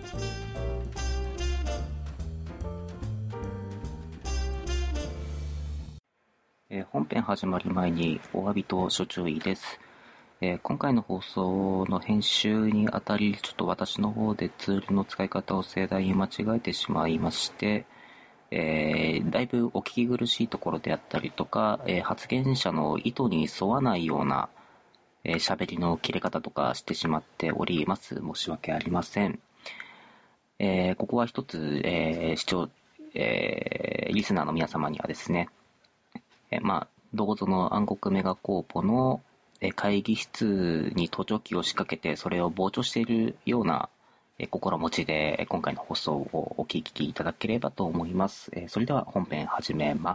本編始まる前にお詫びと諸注意です。今回の放送の編集にあたり、ちょっと私の方でツールの使い方を盛大に間違えてしまいまして、だいぶお聞き苦しいところであったりとか、発言者の意図に沿わないような喋りの切れ方とかしてしまっております。申し訳ありません。ここは一つ、リスナーの皆様にはですね、どうぞの暗黒メガコーポの会議室に盗聴器を仕掛けてそれを傍聴しているような心持ちで今回の放送をお聞きいただければと思います。それでは本編始めます。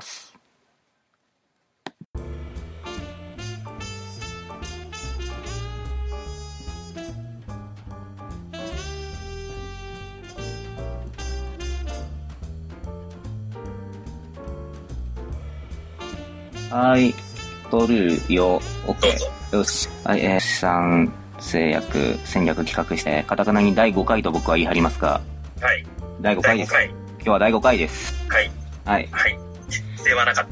はい、取るよ。OK。よし。はい、制約、戦略企画して、カタカナに第5回と僕は言い張りますが。 はい。 第5回です。今日は第5回です。 はい。 はい。 はい。不正はなかった。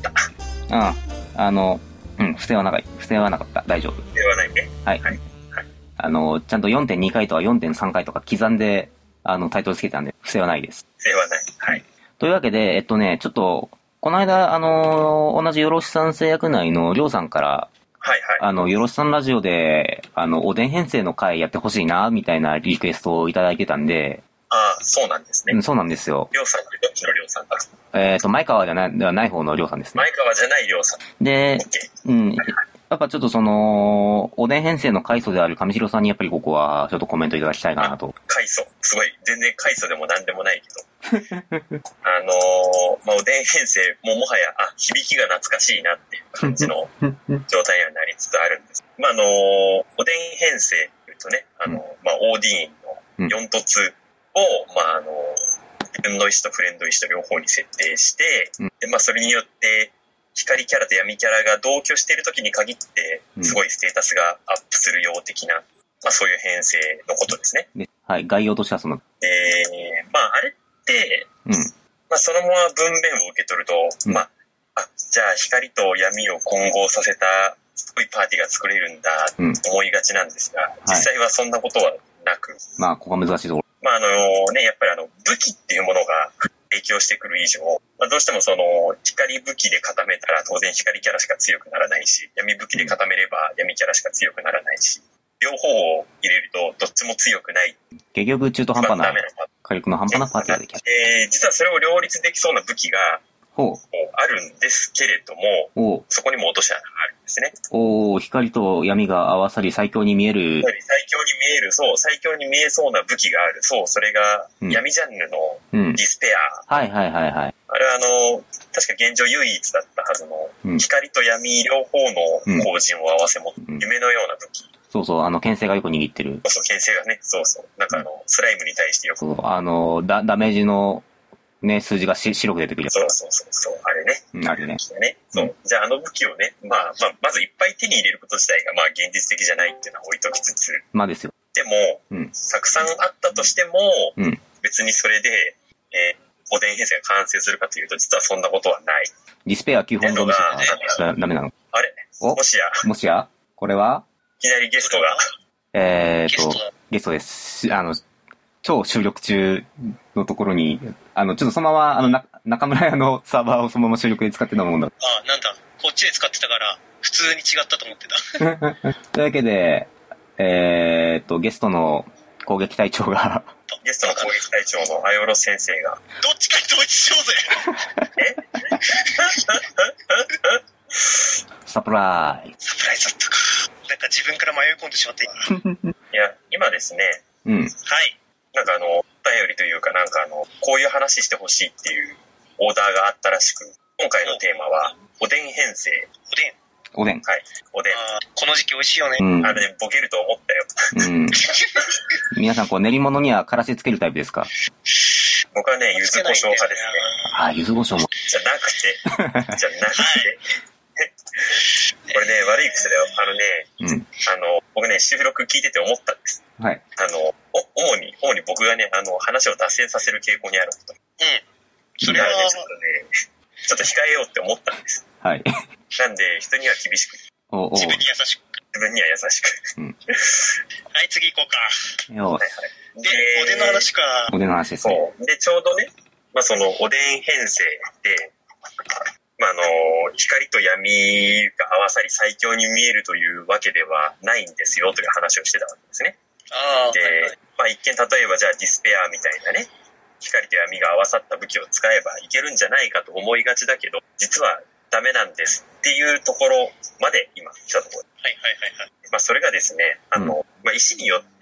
不正はなかった。大丈夫。 不正はないね。 はい。はい。ちゃんと 4.2 回とか 4.3 回とか刻んで、タイトルつけてたんで、不正はないです。 不正はない。はい。 というわけで、ちょっと、この間、同じよろしさん製薬内のりょうさんから、 はいはい。 よろしさんラジオで、おでん編成の回やってほしいな、みたいなリクエストをいただいてたんで。 ああ、そうなんですね。 そうなんですよ。 りょうさんってどっちのりょうさんだ？ 前川ではない方のりょうさんですね。 前川じゃないりょうさん。 で、やっぱちょっとおでん編成の回訴である上白さんにやっぱりここはちょっとコメントいただきたいかなと。 回訴。すごい。全然回訴でもなんでもないけど。おでん編成ももはや、響きが懐かしいなっていう感じの状態にはなりつつあるんです。おでん編成というとね、オーディーンの4凸を、自分の意思とフレンド意思と両方に設定して、でそれによって、光キャラと闇キャラが同居している時に限って、すごいステータスがアップするよう的な、そういう編成のことですね。 はい、概要としてはその。 あれって、そのまま文面を受け取ると、じゃあ光と闇を混合させたすごいパーティーが作れるんだと思いがちなんですが、実際はそんなことはなく。 ここが難しいところ。 やっぱり武器っていうものが影響してくる以上、どうしても光武器で固めたら当然光キャラしか強くならないし、闇武器で固めれば闇キャラしか強くならないし、両方を入れるとどっちも強くない。 結局中途半端な、火力の半端なパーティーができる。 実はそれを両立できそうな武器があるんですけれども、そこにも落とし穴があるんですね。 光と闇が合わさり最強に見える。 最強に見えそうな武器がある。それが闇ジャンルのディスペア。 はい。あれは確か現状唯一だったはずの、光と闇両方の光人を合わせ持って、夢のような武器。 牽制がよく握ってる。 牽制がね、スライムに対してよく。 ダメージの、ね、数字が白く出てくる。 あれね。 あるね。 じゃあ武器をね、まずいっぱい手に入れること自体が、現実的じゃないっていうのは置いときつつ。 ですよ。 でも、たくさんあったとしても、別にそれで、おでん編成が完成するかというと、実はそんなことはない。 ディスペア9本分ダメなの？ あれ？もしやこれはいきなりゲストが。 ゲストです。超収録中のところに、ちょっとそのまま、中村屋のサーバーをそのまま収録で使ってたもんだ。 なんだ、こっちで使ってたから、普通に違ったと思ってた。 というわけで、ゲストの攻撃隊長が、 ゲストの攻撃隊長のアイオロス先生が、 どっちかに統一しようぜサプライズだったか。なんか自分から迷い込んでしまって。 いや、今ですね、 はい。 お便りというかこういう話してほしいっていうオーダーがあったらしく、今回のテーマは、おでん編成。 おでん。 はい、おでん。 この時期美味しいよね。 ボケると思ったよ。 皆さん、練り物にはからしつけるタイプですか？ 僕はね、柚子胡椒派ですね。 柚子胡椒も。 じゃなくて。これね、悪い癖だよ。僕ね、収録聞いてて思ったんです。 はい。 主に方に僕がね、話を脱線させる傾向にあること。 それは、 ね、ちょっと控えようって思ったんです。 はい。 なんで、人には厳しく。 自分に優しく。 自分には優しく。 はい、次行こうか。 はいはい。 で、おでんの話か。 おでんの話ですね。 そう。で、ちょうどね、そのおでん編成で、光と闇が合わさり最強に見えるというわけではないんですよという話をしてたわけですね。で、一見例えばじゃあディスペアみたいなね、光と闇が合わさった武器を使えばいけるんじゃないかと思いがちだけど、実はダメなんですっていうところまで今来たところ。それがですね、石によって、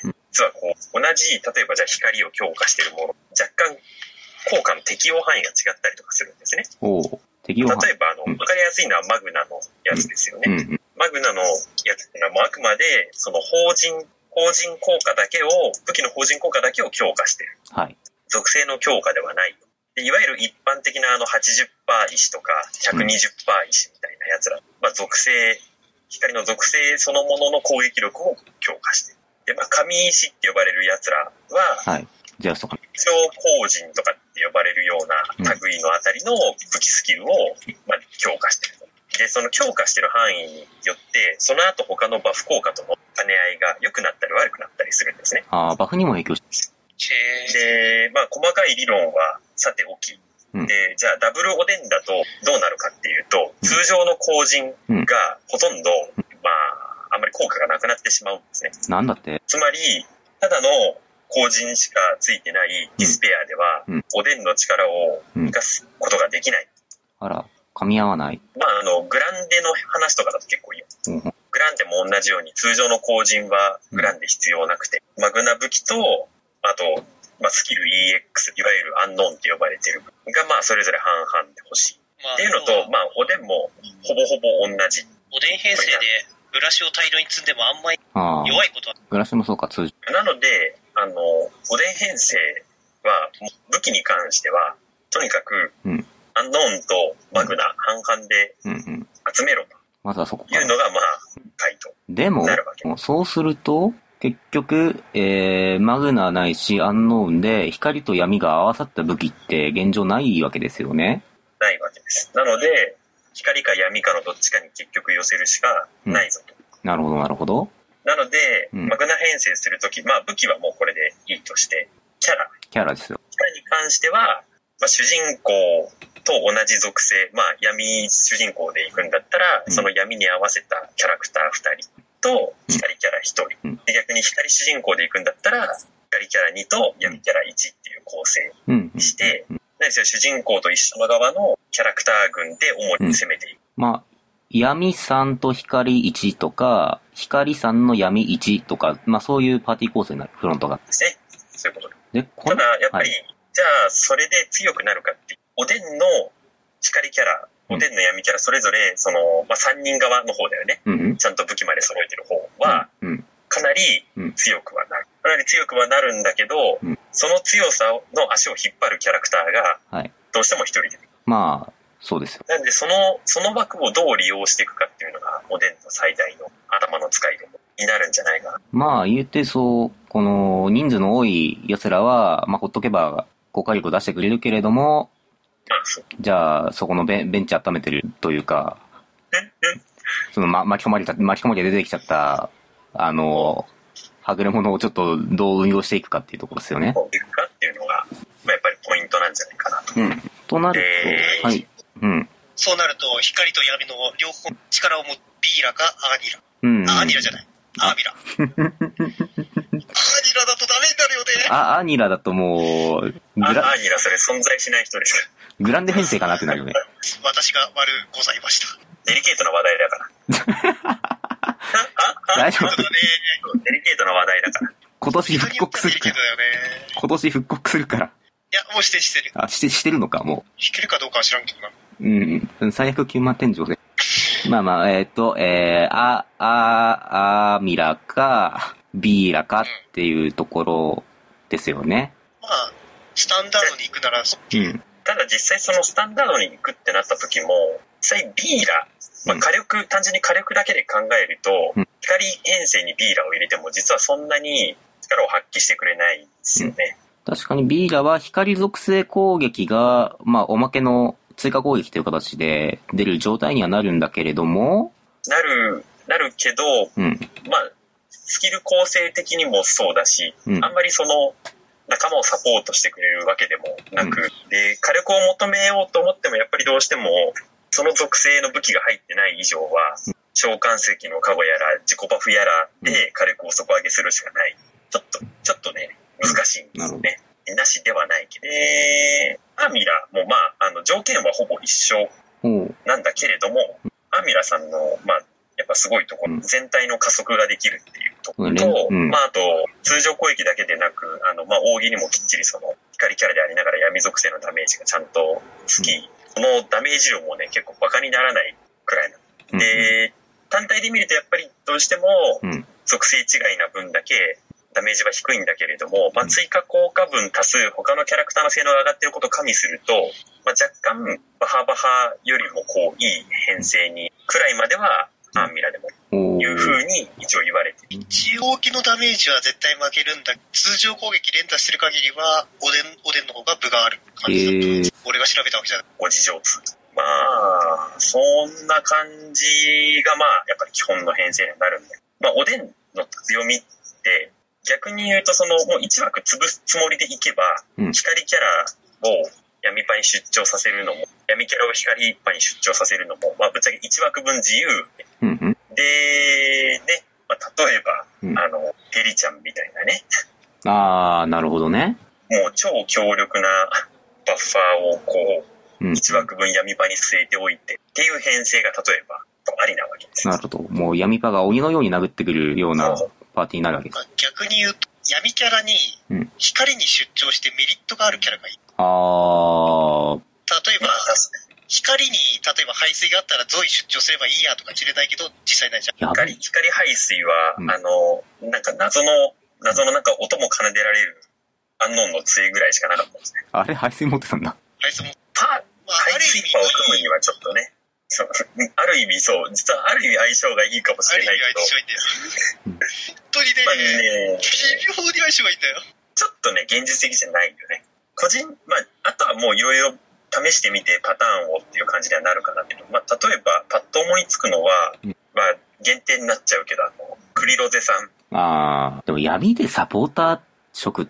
実は同じ、例えばじゃあ光を強化しているもの、若干効果の適用範囲が違ったりとかするんですね。 適用範囲。 例えば、わかりやすいのはマグナのやつですよね。マグナのやつっていうのはもうあくまで、その法人効果だけを、武器の法人効果だけを強化している。 はい。 属性の強化ではない。でいわゆる一般的な80%石とか120%石みたいなやつら、属性、光の属性そのものの攻撃力を強化している。で、神石って呼ばれるやつらは、 はい。じゃあ、そうか。 超法人とかって呼ばれるような類のあたりの武器スキルを、強化している。で、その強化している範囲によって、その後他のバフ効果との兼ね合いが良くなったり悪くなったりするんですね。 バフにも影響してで、細かい理論はさておき、で、じゃあダブルおでんだとどうなるかっていうと、通常の後人がほとんど、あんまり効果がなくなってしまうんですね。 なんだって？ つまり、ただの後人しかついてないディスペアでは、おでんの力を生かすことができない。 あら、噛み合わない。 グランデの話とかだと結構いいよ。グランデも同じように通常の後人はグランデ必要なくて、マグナ武器と、あと、スキル EX、いわゆるアンノーンって呼ばれてるが、それぞれ半々で欲しい。っていうのと、おでんもほぼほぼ同じ。 おでん編成でブラシを大量に積んでもあんまり弱いことは。 ブラシもそうか、通常。 なので、おでん編成は、武器に関しては、とにかく、アンノーンとマグナ半々で集めろと。 まずはそこいうのが、回答。 でも、そうすると、結局、マグナないしアンノーンで光と闇が合わさった武器って現状ないわけですよね。 ないわけです。なので、光か闇かのどっちかに結局寄せるしかないぞと。 なるほど、なるほど。 なので、マグナ編成するとき、武器はもうこれでいいとして、キャラですよ。キャラに関しては、主人公と同じ属性、闇主人公で行くんだったら、その闇に合わせたキャラクター2人と光キャラ1人、で逆に光主人公で行くんだったら光キャラ2と闇キャラ1っていう構成にして、主人公と一緒の側のキャラクター群で主に攻めていく。 闇3と光1とか光3の闇1とか、そういうパーティー構成になる、フロントがですね。そういうことで。 ただやっぱり、じゃあそれで強くなるかっていう、おでんの光キャラ、おでんの闇キャラそれぞれその、3人側の方だよね、ちゃんと武器まで揃えてる方は、かなり強くはなる。かなり強くはなるんだけど、その強さの足を引っ張るキャラクターがどうしても一人で。 そうですよ。 なんでその枠をどう利用していくかっていうのがおでんの最大の頭の使いどころになるんじゃないかな。 言うてこの人数の多い奴らは、ほっとけば効果力を出してくれるけれども、じゃあそこのベンチ温めてるというか、その巻き込まれて出てきちゃった、はぐれ者をちょっとどう運用していくかっていうところですよね。 どういくかっていうのが、やっぱりポイントなんじゃないかなと。 となると、はい。 そうなると、光と闇の両方力を持つビーラかアーニラ。アーニラじゃない。アーミラ。アーニラだとダメになるよね。 アーニラだともう、 アーニラそれ存在しない人ですか。 グランデ編成かなってなるよね。 私が悪ございました。 デリケートな話題だから。 大丈夫。 デリケートな話題だから。 今年復刻するから。今年復刻するから。 いや、もうしてる。 してるのか、もう。 弾けるかどうかは知らんけどな。 最悪9万天井で。アーミラか、ビーラかっていうところですよね。 スタンダードに行くなら、 ただ実際そのスタンダードに行くってなった時も、実際ビーラ、単純に火力だけで考えると、光編成にビーラを入れても実はそんなに力を発揮してくれないんですよね。 確かにビーラは光属性攻撃が、まあおまけの追加攻撃という形で出る状態にはなるんだけれども、 なるけど、まあ、スキル構成的にもそうだし、あんまりその仲間をサポートしてくれるわけでもなく、で、火力を求めようと思ってもやっぱりどうしても、その属性の武器が入ってない以上は、召喚石のカゴやら自己バフやらで火力を底上げするしかない。ちょっとね、難しいんですよね。なしではないけど。アーミラもまあ、条件はほぼ一緒なんだけれども、アーミラさんの、まあ、やっぱすごいところ、全体の加速ができるっていうところと、まあ、あと、通常攻撃だけでなく、まあ、扇にもきっちりその、光キャラでありながら闇属性のダメージがちゃんとつき、このダメージ量もね、結構バカにならないくらいな。で、単体で見るとやっぱりどうしても、属性違いな分だけ、ダメージは低いんだけれども、まあ、追加効果分足す他のキャラクターの性能が上がっていることを加味すると、まあ、若干バハバハよりもこういい編成にくらいまではアンミラでもいう風に一応言われている。 一応機のダメージは絶対負けるんだ。通常攻撃連打してる限りはおでんの方が分がある感じだと。俺が調べたわけじゃない。 ご事情通。まあそんな感じがまあやっぱり基本の編成になるんで、まあおでんの強みって逆に言うとそのもう1枠潰すつもりでいけば、光キャラを闇パに出張させるのも闇キャラを光パに出張させるのも、まあ、ぶっちゃけ1枠分自由、でね、まあ、例えば、ヘリちゃんみたいなねああなるほどね、 もう超強力なバッファーをこう、1枠分闇パに据えておいてっていう編成が例えばありなわけです。 なるほど。もう闇パが鬼のように殴ってくるようなパーティーになるわけです。 逆に言うと闇キャラに光に出張してメリットがあるキャラがいい。例えば光に例えば排水があったらゾイ出張すればいいやとか知れないけど実際ないじゃん。 光排水は、なんか謎のなんか音も奏でられるアンノンの杖ぐらいしかなかったんですね。 あれ排水持ってたんだ。 排水パを組むにはちょっとね、ある意味そう、実はある意味相性がいいかもしれないけど。 本当にね、微妙に相性がいいんだよ。 ちょっとね、現実的じゃないよね。まあ、あとはもういろいろ試してみてパターンをっていう感じにはなるかなけど、まあ、例えばパッと思いつくのは、まあ、限定になっちゃうけど、クリロゼさん。 でも闇でサポーター職って、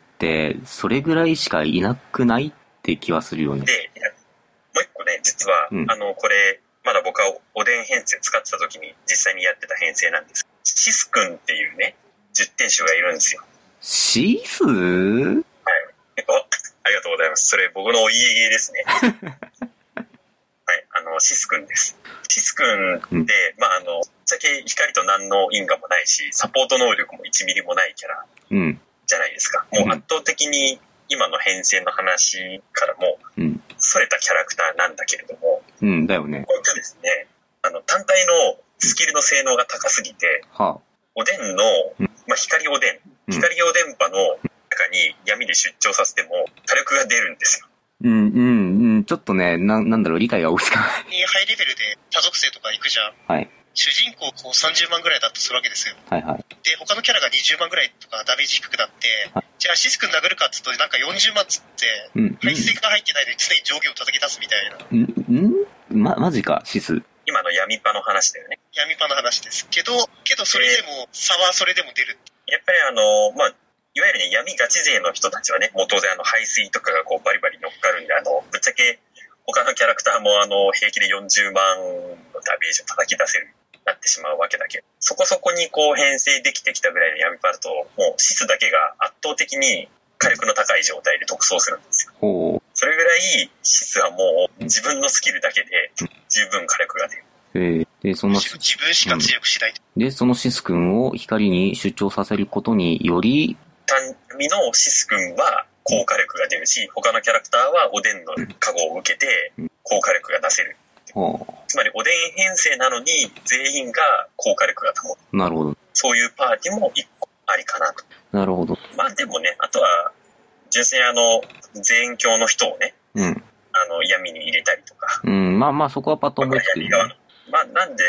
それぐらいしかいなくないって気はするよね。 で、もう一個ね、実は、これ、まだ僕はおでん編成使ってた時に実際にやってた編成なんです。シス君っていうね、10点種がいるんですよ。 シス？はい。 ありがとうございます。それ僕のお家芸ですね。はい、シス君です。シス君で、まあ、ぶっちゃけ光と何の因果もないし、サポート能力も1ミリもないキャラじゃないですか。もう圧倒的に今の編成の話からも、それたキャラクターなんだけれども、 だよね。 これとですね、単体のスキルの性能が高すぎて、おでんの、まあ、光おでん波の中に闇で出張させても火力が出るんですよ。 ちょっとね、なんだろう、理解が追いつかない。 ハイレベルで多属性とか行くじゃん。 はい。 主人公こう30万ぐらいだとするわけですよ。 はいはい。 で、他のキャラが20万ぐらいとかダメージ低くなって、じゃあシス君殴るかっつうとなんか40万っつって、排水が入ってないのに常に上下を叩き出すみたいな。マジか、シス。 今の闇パの話だよね。 闇パの話ですけどそれでも、差はそれでも出る。 やっぱりまあ、いわゆるね、闇ガチ勢の人たちはね、もう当然排水とかがこうバリバリ乗っかるんで、ぶっちゃけ他のキャラクターも平気で40万のダメージを叩き出せるようになってしまうわけだけど、そこそこにこう編成できてきたぐらいの闇パだと、もうシスだけが圧倒的に火力の高い状態で特装するんですよ。それぐらいシスはもう自分のスキルだけで十分火力が出る。 で、 自分しか強くしない。 で、そのシス君を光に出張させることにより、 単味のシス君は高火力が出るし、他のキャラクターはおでんの加護を受けて高火力が出せる。つまりおでん編成なのに全員が高火力が保る。 なるほど。 そういうパーティーも一個ありかなと。 なるほど。 まあでもね、あとは純粋に全教の人をね、闇に入れたりとか。 まあそこはパッと思いつく、ね。 まあなんで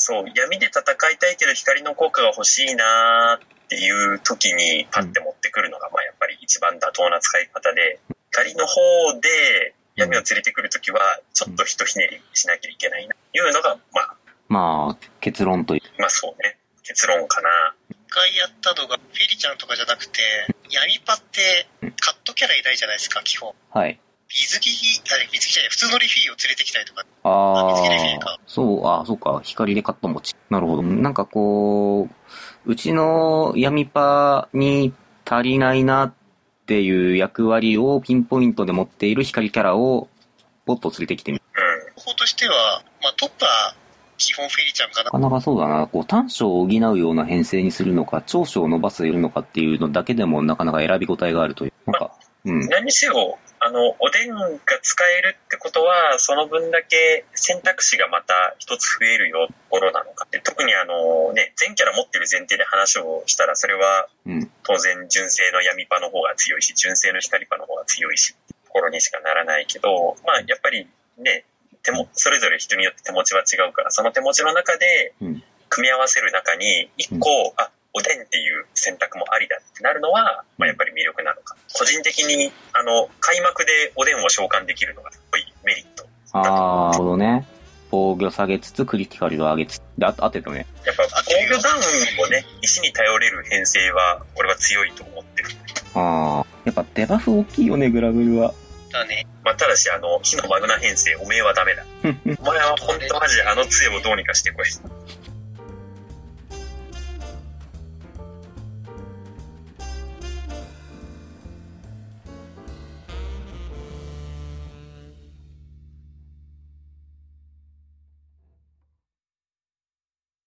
そう、闇で戦いたいけど光の効果が欲しいなーっていう時にパッて持ってくるのが、まあやっぱり一番妥当な使い方で、光の方で闇を連れてくる時は、ちょっとひとひねりしなきゃいけないな、というのが、 まあ、結論という。 まあそうね、結論かな。 一回やったのが、フェリちゃんとかじゃなくて、闇パってカットキャラいないじゃないですか、基本。 はい。 水着じゃない、普通のリフィーを連れてきたりとか。 水着リフィーか。 そうか、光でカット持ち。なるほど。なんかこう、うちの闇パに足りないなっていう役割をピンポイントで持っている光キャラをポッと連れてきてみる。 方法としては、まあトップは基本フェリちゃんかな。 なかなかそうだな。こう短所を補うような編成にするのか、長所を伸ばせるのかっていうのだけでもなかなか選び応えがあるという。なんか、 何せよ、おでんが使えるってことは、その分だけ選択肢がまた一つ増えるよところなのか。特に全キャラ持ってる前提で話をしたら、それは当然純正の闇パの方が強いし、純正の光パの方が強いし、ところにしかならないけど、まあやっぱりね、それぞれ人によって手持ちは違うから、その手持ちの中で組み合わせる中に一個、おでんっていう選択もありだってなるのは、まあ、やっぱり魅力なのか。個人的に、開幕でおでんを召喚できるのがすごいメリットだと思う。 なるほどね。防御下げつつ、クリティカルを上げつつ。で、合ってたね。 やっぱ防御ダウンをね、石に頼れる編成は、俺は強いと思ってる。 やっぱデバフ大きいよね、グラブルは。 だね。 まあ、ただし、火のマグナ編成、おめえはダメだ。お前は本当マジで杖をどうにかしてこい。